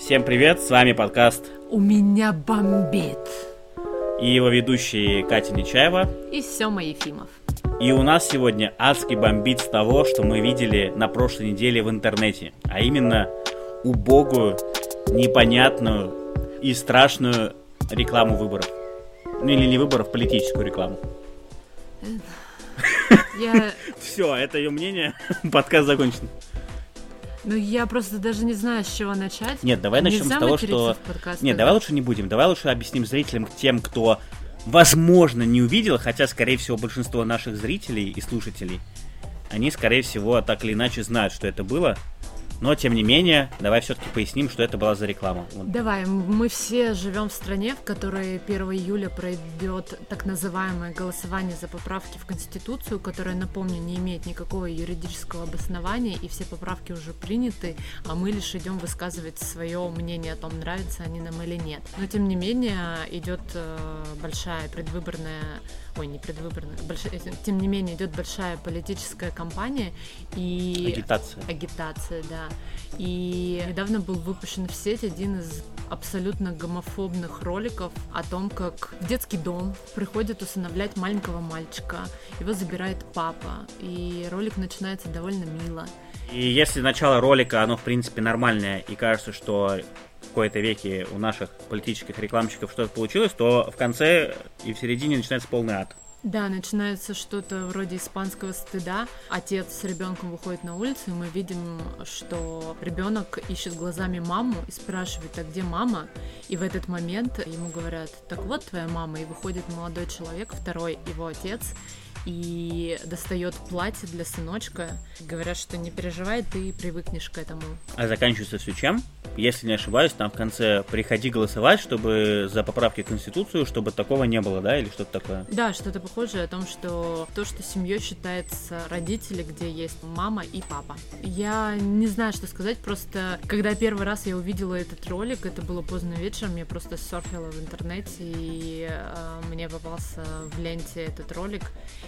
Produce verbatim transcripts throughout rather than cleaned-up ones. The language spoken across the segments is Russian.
Всем привет, с вами подкаст «У меня бомбит» и его ведущие Катя Нечаева и Сёма Ефимов. И у нас сегодня адски бомбит с того, что мы видели на прошлой неделе в интернете, а именно убогую, непонятную и страшную рекламу выборов. Ну или не выборов, политическую рекламу. Я... Все, это ее мнение, подкаст закончен. Ну, я просто даже не знаю, с чего начать. Нет, давай начнем Нельзя с того, что... подкаст, Нет, да? давай лучше не будем. Давай лучше объясним зрителям, тем, кто, возможно, не увидел, хотя, скорее всего, большинство наших зрителей и слушателей, они, скорее всего, так или иначе знают, что это было. Но, тем не менее, давай все-таки поясним, что это была за реклама. Вот. Давай, мы все живем в стране, в которой первого июля пройдет так называемое голосование за поправки в Конституцию, которое, напомню, не имеет никакого юридического обоснования, и все поправки уже приняты, а мы лишь идем высказывать свое мнение о том, нравятся они нам или нет. Но, тем не менее, идет большая предвыборная... Ой, не предвыборная, большая... тем не менее, идет большая политическая кампания и... Агитация. Агитация, да. И недавно был выпущен в сеть один из абсолютно гомофобных роликов о том, как в детский дом приходят усыновлять маленького мальчика, его забирает папа, и ролик начинается довольно мило. И если начало ролика, оно в принципе нормальное, и кажется, что в какой-то веке у наших политических рекламщиков что-то получилось, то в конце и в середине начинается полный ад. Да, начинается что-то вроде испанского стыда. Отец с ребенком выходит на улицу, и мы видим, что ребенок ищет глазами маму и спрашивает, а где мама? И в этот момент ему говорят, так вот твоя мама, и выходит молодой человек, второй его отец, и достает платье для сыночка. Говорят, что не переживай, ты привыкнешь к этому. А заканчивается все чем? Если не ошибаюсь, там в конце приходи голосовать, чтобы за поправки в Конституцию, чтобы такого не было, да, или что-то такое? Да, что-то похожее о том, что то, что семьей считается родители, где есть мама и папа. Я не знаю, что сказать, просто когда первый раз я увидела этот ролик, это было поздно вечером, я просто серфила в интернете, и э, мне попался в ленте этот ролик.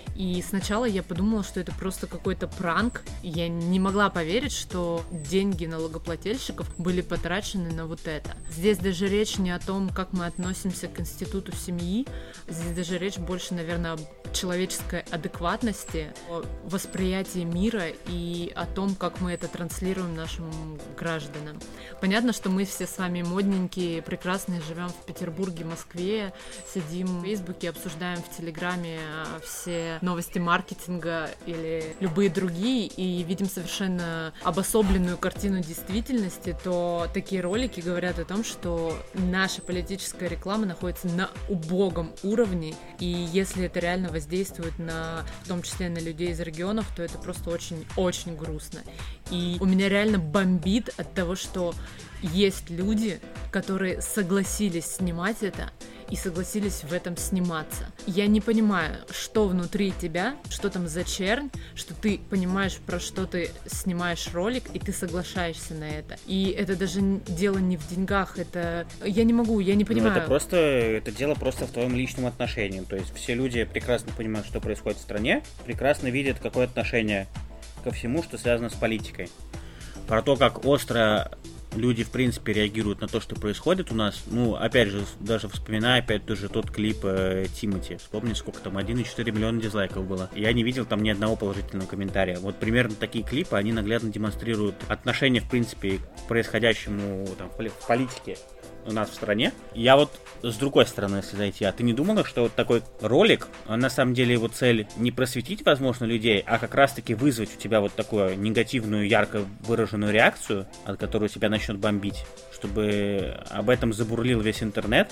И сначала я подумала, что это просто какой-то пранк. Я не могла поверить, что деньги налогоплательщиков были потрачены на вот это. Здесь даже речь не о том, как мы относимся к институту семьи. Здесь даже речь больше, наверное, об человеческой адекватности, о восприятии мира и о том, как мы это транслируем нашим гражданам. Понятно, что мы все с вами модненькие, прекрасные, живем в Петербурге, Москве, сидим в Фейсбуке, обсуждаем в Телеграме все новости маркетинга или любые другие, и видим совершенно обособленную картину действительности, то такие ролики говорят о том, что наша политическая реклама находится на убогом уровне, и если это реально воздействует на, в том числе на людей из регионов, то это просто очень-очень грустно. И у меня реально бомбит от того, что есть люди, которые согласились снимать это, и согласились в этом сниматься. Я не понимаю, что внутри тебя, что там за чернь, что ты понимаешь, про что ты снимаешь ролик, и ты соглашаешься на это. И это даже дело не в деньгах, это... Я не могу, я не понимаю. Ну, это просто, это дело просто в твоем личном отношении. То есть все люди прекрасно понимают, что происходит в стране, прекрасно видят, какое отношение ко всему, что связано с политикой. Про то, как остро люди, в принципе, реагируют на то, что происходит у нас. Ну, опять же, даже вспоминая, опять же, тот клип э, Тимати. Вспомни, сколько там, один и четыре миллиона дизлайков было. Я не видел там ни одного положительного комментария. Вот примерно такие клипы, они наглядно демонстрируют отношение, в принципе, к происходящему там, в политике у нас в стране. Я вот с другой стороны, если зайти, а ты не думала, что вот такой ролик, он, на самом деле его цель не просветить, возможно, людей, а как раз-таки вызвать у тебя вот такую негативную, ярко выраженную реакцию, от которой тебя начнет бомбить, чтобы об этом забурлил весь интернет,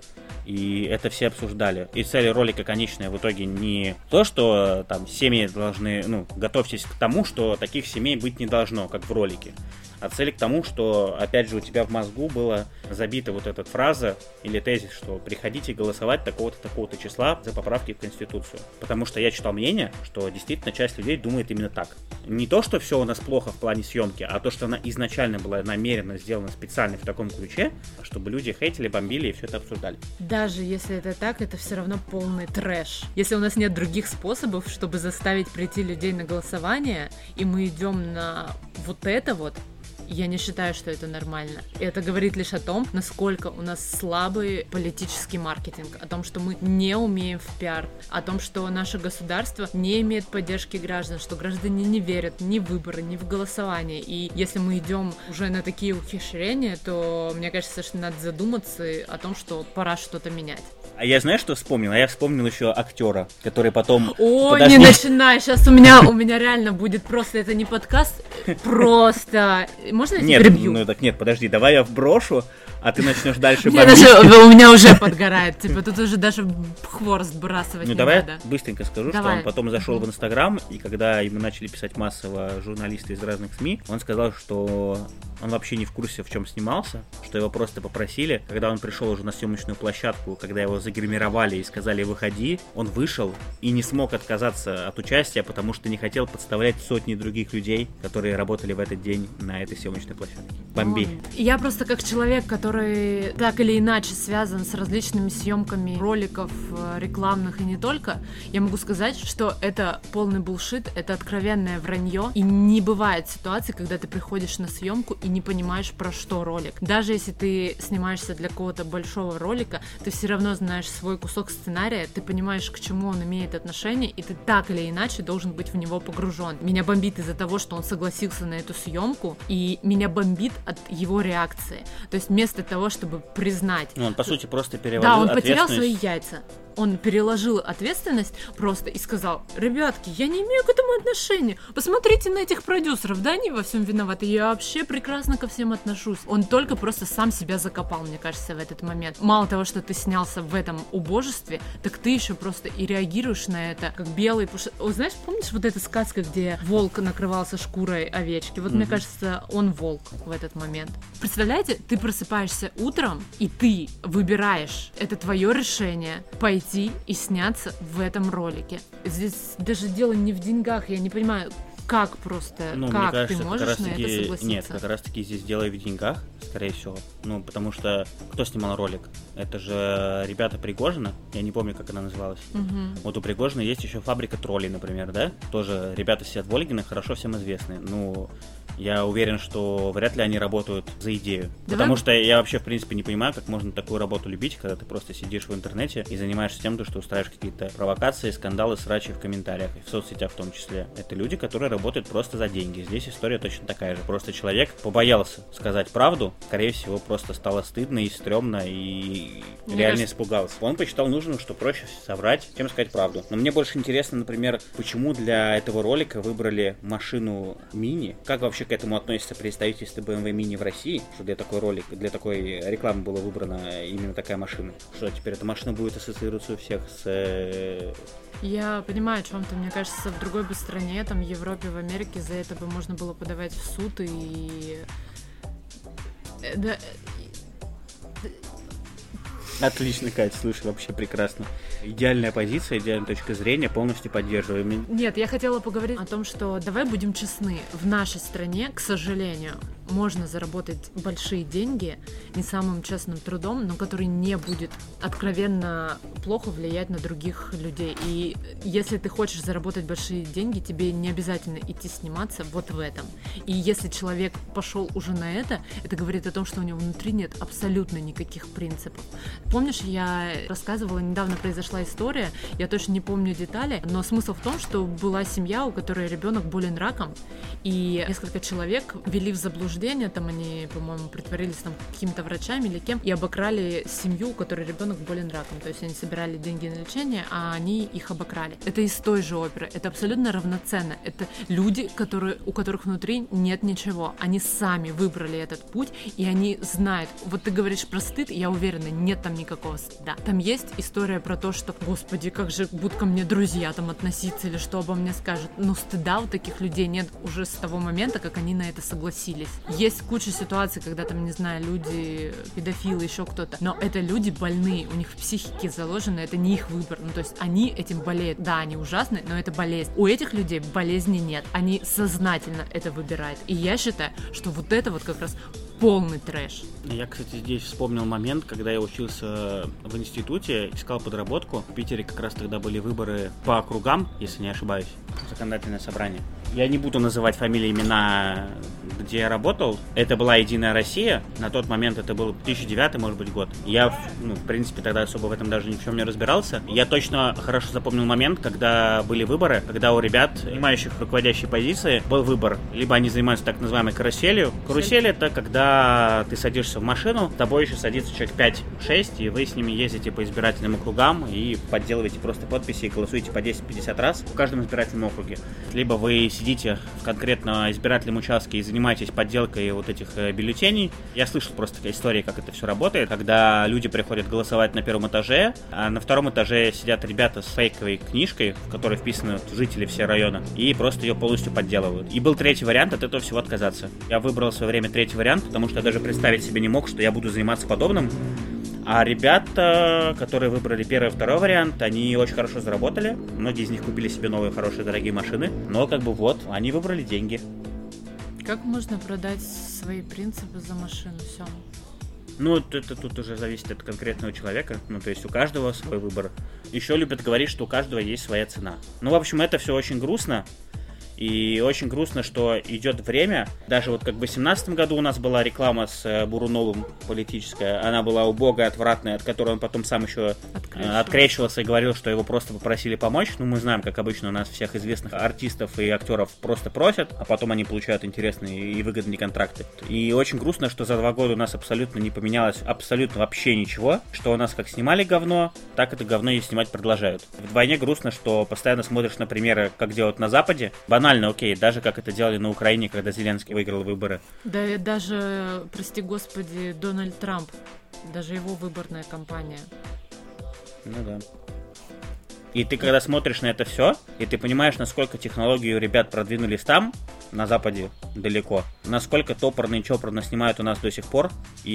и это все обсуждали. И цель ролика конечная в итоге не то, что там семьи должны, ну, готовьтесь к тому, что таких семей быть не должно, как в ролике. А цель к тому, что, опять же, у тебя в мозгу была забита вот эта фраза или тезис, что приходите голосовать такого-то, такого-то числа за поправки в Конституцию. Потому что я читал мнение, что действительно часть людей думает именно так. Не то, что все у нас плохо в плане съемки, а то, что она изначально была намеренно сделана специально в таком ключе, чтобы люди хейтили, бомбили и все это обсуждали. Даже если это так, это все равно полный трэш. Если у нас нет других способов, чтобы заставить прийти людей на голосование, и мы идем на вот это вот, Я не считаю, что это нормально. Это говорит лишь о том, насколько у нас слабый политический маркетинг, о том, что мы не умеем в пиар, о том, что наше государство не имеет поддержки граждан, что граждане не верят ни в выборы, ни в голосование. И если мы идем уже на такие ухищрения, то мне кажется, что надо задуматься о том, что пора что-то менять. А я знаешь, что вспомнил? А я вспомнил еще актера, который потом... Ой, Подожди. не начинай, сейчас у меня, у меня реально будет просто, это не подкаст, просто... Можно я тебя перебью? Нет, ну так нет, подожди, давай я вброшу, а ты начнешь дальше бомбить. У меня уже подгорает, типа тут уже даже хворост сбрасывать не надо. Ну давай я быстренько скажу, что Давай. он потом зашел в Инстаграм, и когда ему начали писать массово журналисты из разных СМИ, он сказал, что он вообще не в курсе, в чем снимался, что его просто попросили. Когда он пришел уже на съемочную площадку, когда его загримировали и сказали «выходи», он вышел и не смог отказаться от участия, потому что не хотел подставлять сотни других людей, которые работали в этот день на этой съемочной площадке. Бомби. Я просто как человек, который так или иначе связан с различными съемками роликов рекламных и не только, я могу сказать, что это полный булшит, это откровенное вранье, и не бывает ситуации, когда ты приходишь на съемку и не понимаешь, про что ролик. Даже если ты снимаешься для какого-то большого ролика, ты все равно знаешь свой кусок сценария, ты понимаешь, к чему он имеет отношение, и ты так или иначе должен быть в него погружен. Меня бомбит из-за того, что он согласился на эту съемку, и меня бомбит от его реакции. То есть вместо того, чтобы признать... Ну, он, по сути, просто переводил Да, он ответственность... потерял свои яйца. Он переложил ответственность просто и сказал: ребятки, я не имею к этому отношения. Посмотрите на этих продюсеров, да, они во всем виноваты. Я вообще прекрасно ко всем отношусь. Он только просто сам себя закопал, мне кажется, в этот момент. Мало того, что ты снялся в этом убожестве, так ты еще просто и реагируешь на это, как белый пуш... О, знаешь, помнишь вот эта сказка, где волк накрывался шкурой овечки? Вот, mm-hmm. мне кажется, он волк в этот момент. Представляете, ты просыпаешься утром, и ты выбираешь, это твое решение, пойти и сняться в этом ролике. Здесь даже дело не в деньгах, я не понимаю, как просто, ну, как мне кажется, ты можешь на таки... это согласиться? Нет, как раз таки здесь дело в деньгах, скорее всего. Ну, потому что кто снимал ролик? Это же ребята Пригожина, я не помню, как она называлась. Угу. Вот у Пригожина есть еще фабрика троллей, например, да? Тоже ребята сидят в Ольгино, хорошо всем известны. Ну, я уверен, что вряд ли они работают за идею. Давай. Потому что я вообще, в принципе, не понимаю, как можно такую работу любить, когда ты просто сидишь в интернете и занимаешься тем, что устраиваешь какие-то провокации, скандалы, срачи в комментариях, и в соцсетях в том числе. Это люди, которые работают просто за деньги. Здесь история точно такая же. Просто человек побоялся сказать правду, скорее всего, просто стало стыдно и стрёмно, и мне реально кажется... испугался. Он посчитал нужным, что проще соврать, чем сказать правду. Но мне больше интересно, например, почему для этого ролика выбрали машину Мини. Как вообще к этому относится представительство бэ эм вэ Mini в России, что для такой ролик, для такой рекламы была выбрана именно такая машина? Что теперь эта машина будет ассоциироваться у всех с... Я понимаю, о чем ты. Мне кажется, в другой бы стране, там, в Европе, в Америке, за это бы можно было подавать в суд и... Да... Отлично, Кать, слушай, вообще прекрасно. Идеальная позиция, идеальная точка зрения, полностью поддерживаем. Нет, я хотела поговорить о том, что давай будем честны. В нашей стране, к сожалению, можно заработать большие деньги не самым честным трудом, но который не будет откровенно плохо влиять на других людей. И если ты хочешь заработать большие деньги, тебе не обязательно идти сниматься вот в этом. И если человек пошел уже на это, это говорит о том, что у него внутри нет абсолютно никаких принципов. Помнишь, я рассказывала, недавно произошла история, я точно не помню детали, но смысл в том, что была семья, у которой ребенок болен раком, и несколько человек ввели в заблуждение, там они, по-моему, притворились там какими-то врачами или кем, и обокрали семью, у которой ребенок болен раком. То есть они собирали деньги на лечение, а они их обокрали. Это из той же оперы, это абсолютно равноценно. Это люди, которые, у которых внутри нет ничего. Они сами выбрали этот путь, и они знают. Вот ты говоришь про стыд, я уверена, нет там никакого стыда. Там есть история про то, что, господи, как же будут ко мне друзья там относиться, или что обо мне скажут. Но стыда у таких людей нет уже с того момента, как они на это согласились. Есть куча ситуаций, когда там, не знаю, люди, педофилы, еще кто-то, но это люди больные, у них в психике заложено, это не их выбор. Ну, то есть они этим болеют. Да, они ужасны, но это болезнь. У этих людей болезни нет. Они сознательно это выбирают. И я считаю, что вот это вот как раз полный трэш. Я, кстати, здесь вспомнил момент, когда я учился в институте, искал подработку. В Питере как раз тогда были выборы по округам, если не ошибаюсь, законодательное собрание. Я не буду называть фамилии, имена, где я работал. Это была «Единая Россия». На тот момент это был две тысячи девятый, может быть, год. Я, ну, в принципе, тогда особо в этом даже ни в чем не разбирался. Я точно хорошо запомнил момент, когда были выборы, когда у ребят, занимающих руководящие позиции, был выбор. Либо они занимаются так называемой каруселью. Карусель — это когда ты садишься в машину, с тобой еще садится человек пять-шесть, и вы с ними ездите по избирательным округам и подделываете просто подписи и голосуете по десять-пятьдесят раз в каждом избирательном округе. Либо вы сидите в конкретно избирательном участке и занимаетесь подделкой вот этих бюллетеней. Я слышал просто такие истории, как это все работает, когда люди приходят голосовать на первом этаже, а на втором этаже сидят ребята с фейковой книжкой, в которой вписаны жители все района, и просто ее полностью подделывают. И был третий вариант — от этого всего отказаться. Я выбрал в свое время третий вариант, потому что я даже представить себе не мог, что я буду заниматься подобным. А ребята, которые выбрали первый и второй вариант, они очень хорошо заработали. Многие из них купили себе новые, хорошие, дорогие машины. Но как бы вот, они выбрали деньги. Как можно продать свои принципы за машину, Сёма? Ну, это, это тут уже зависит от конкретного человека. Ну, то есть у каждого свой выбор. Еще любят говорить, что у каждого есть своя цена. Ну, в общем, это все очень грустно. И очень грустно, что идет время. Даже вот как в восемнадцатом году у нас была реклама с Буруновым политическая. Она была убогая, отвратная, от которой он потом сам еще открещивался. открещивался и говорил, что его просто попросили помочь. Ну, мы знаем, как обычно у нас всех известных артистов и актеров просто просят, а потом они получают интересные и выгодные контракты. И очень грустно, что за два года у нас абсолютно не поменялось абсолютно вообще ничего. Что у нас как снимали говно, так это говно и снимать продолжают. Вдвойне грустно, что постоянно смотришь на примеры, как делают на Западе. Банально, окей, даже как это делали на Украине, когда Зеленский выиграл выборы. Да и даже, прости господи, Дональд Трамп, даже его выборная кампания. Ну да. И ты когда смотришь на это все, и ты понимаешь, насколько технологии у ребят продвинулись там, на Западе, далеко, насколько топорно и чопорно снимают у нас до сих пор,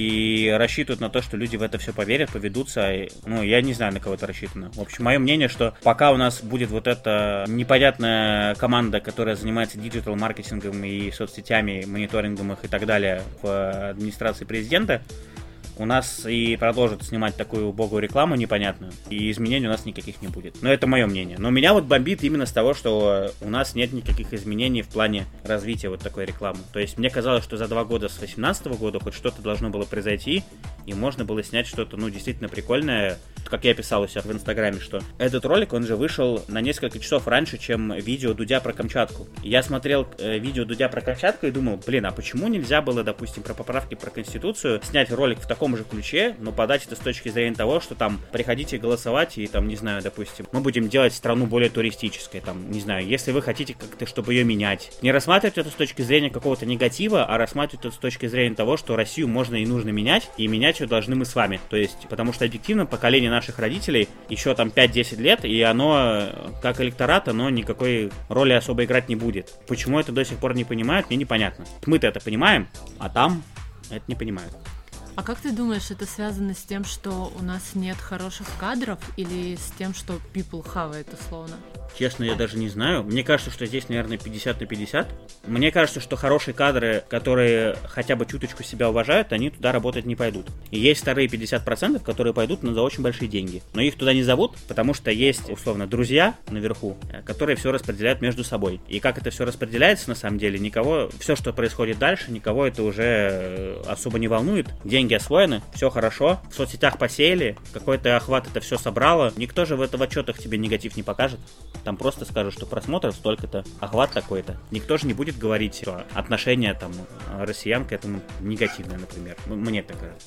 и рассчитывают на то, что люди в это все поверят, поведутся. И, ну, я не знаю, на кого это рассчитано. В общем, мое мнение, что пока у нас будет вот эта непонятная команда, которая занимается диджитал-маркетингом и соцсетями, мониторингом их и так далее в администрации президента, у нас и продолжат снимать такую убогую рекламу непонятную, и изменений у нас никаких не будет. Но это мое мнение. Но меня вот бомбит именно с того, что у нас нет никаких изменений в плане развития вот такой рекламы. То есть мне казалось, что за два года с восемнадцатого года хоть что-то должно было произойти, и можно было снять что-то, ну, действительно прикольное. Как я писал у себя в Инстаграме, что этот ролик, он же вышел на несколько часов раньше, чем видео Дудя про Камчатку. Я смотрел э, видео Дудя про Камчатку и думал, блин, а почему нельзя было, допустим, про поправки про Конституцию снять ролик в таком же ключе, но подать это с точки зрения того, что там приходите голосовать и там, не знаю, допустим, мы будем делать страну более туристической, там, не знаю, если вы хотите как-то, чтобы ее менять. Не рассматривать это с точки зрения какого-то негатива, а рассматривать это с точки зрения того, что Россию можно и нужно менять, и менять ее должны мы с вами. То есть, потому что объективно поколение наших родителей еще там пять-десять лет, и оно, как электорат, оно никакой роли особо играть не будет. Почему это до сих пор не понимают, мне непонятно. Мы-то это понимаем, а там это не понимают. А как ты думаешь, это связано с тем, что у нас нет хороших кадров, или с тем, что people хавает условно? Честно, я даже не знаю. Мне кажется, что здесь, наверное, пятьдесят на пятьдесят. Мне кажется, что хорошие кадры, которые хотя бы чуточку себя уважают, они туда работать не пойдут. И есть вторые пятьдесят процентов, которые пойдут, но за очень большие деньги. Но их туда не зовут, потому что есть, условно, друзья наверху, которые все распределяют между собой. И как это все распределяется, на самом деле, никого, все, что происходит дальше, никого это уже особо не волнует. Деньги освоены, все хорошо, в соцсетях посеяли, какой-то охват это все собрало. Никто же в это в отчетах тебе негатив не покажет. Там просто скажут, что просмотров столько-то, охват такой-то. Никто же не будет говорить, что отношение там россиян к этому негативное, например. Мне так кажется.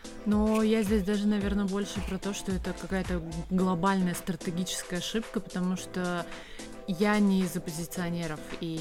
Но я здесь даже, наверное, больше про то, что это какая-то глобальная стратегическая ошибка, потому что я не из оппозиционеров,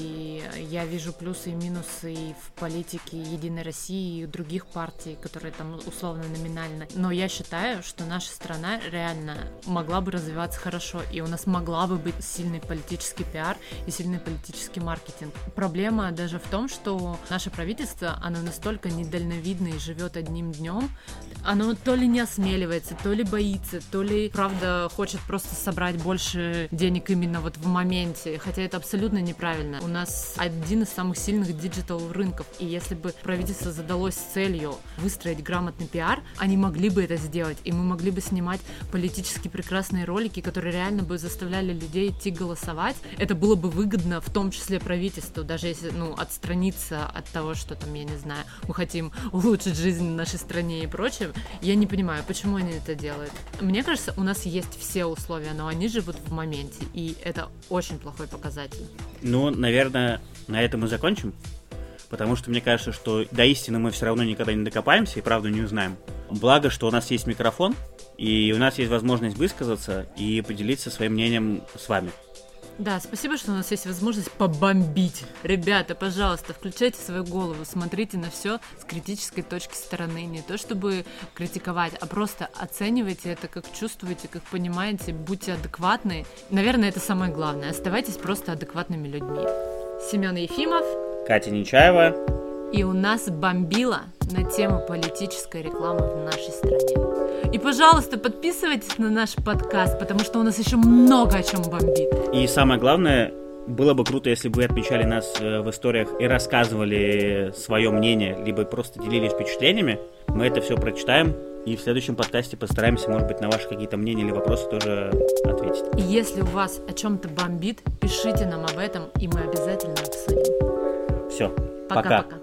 и я вижу плюсы и минусы и в политике Единой России, и других партий, которые там условно номинально. Но я считаю, что наша страна реально могла бы развиваться хорошо, и у нас могла бы быть сильный политический пиар и сильный политический маркетинг. Проблема даже в том, что наше правительство, оно настолько недальновидно и живет одним днем, оно то ли не осмеливается, то ли боится, то ли, правда, хочет просто собрать больше денег именно вот в момент моменте, хотя это абсолютно неправильно. У нас один из самых сильных диджитал рынков, и если бы правительство задалось целью выстроить грамотный пиар, они могли бы это сделать, и мы могли бы снимать политически прекрасные ролики, которые реально бы заставляли людей идти голосовать. Это было бы выгодно, в том числе правительству, даже если, ну, отстраниться от того, что там, я не знаю, мы хотим улучшить жизнь в нашей стране и прочее. Я не понимаю, почему они это делают. Мне кажется, у нас есть все условия, но они живут в моменте, и это очень плохой показатель. Ну, наверное, на этом мы закончим, потому что мне кажется, что до истины мы все равно никогда не докопаемся и правду не узнаем. Благо, что у нас есть микрофон, и у нас есть возможность высказаться и поделиться своим мнением с вами. Да, спасибо, что у нас есть возможность побомбить. Ребята, пожалуйста, включайте свою голову, смотрите на все с критической точки стороны. Не то чтобы критиковать, а просто оценивайте это, как чувствуете, как понимаете, будьте адекватны. Наверное, это самое главное. Оставайтесь просто адекватными людьми. Семен Ефимов, Катя Нечаева. И у нас бомбило на тему политической рекламы в нашей стране. И, пожалуйста, подписывайтесь на наш подкаст, потому что у нас еще много о чем бомбит. И самое главное, было бы круто, если бы вы отмечали нас в историях и рассказывали свое мнение, либо просто делились впечатлениями. Мы это все прочитаем и в следующем подкасте постараемся, может быть, на ваши какие-то мнения или вопросы тоже ответить. И если у вас о чем-то бомбит, пишите нам об этом, и мы обязательно обсудим. Все, пока. Пока.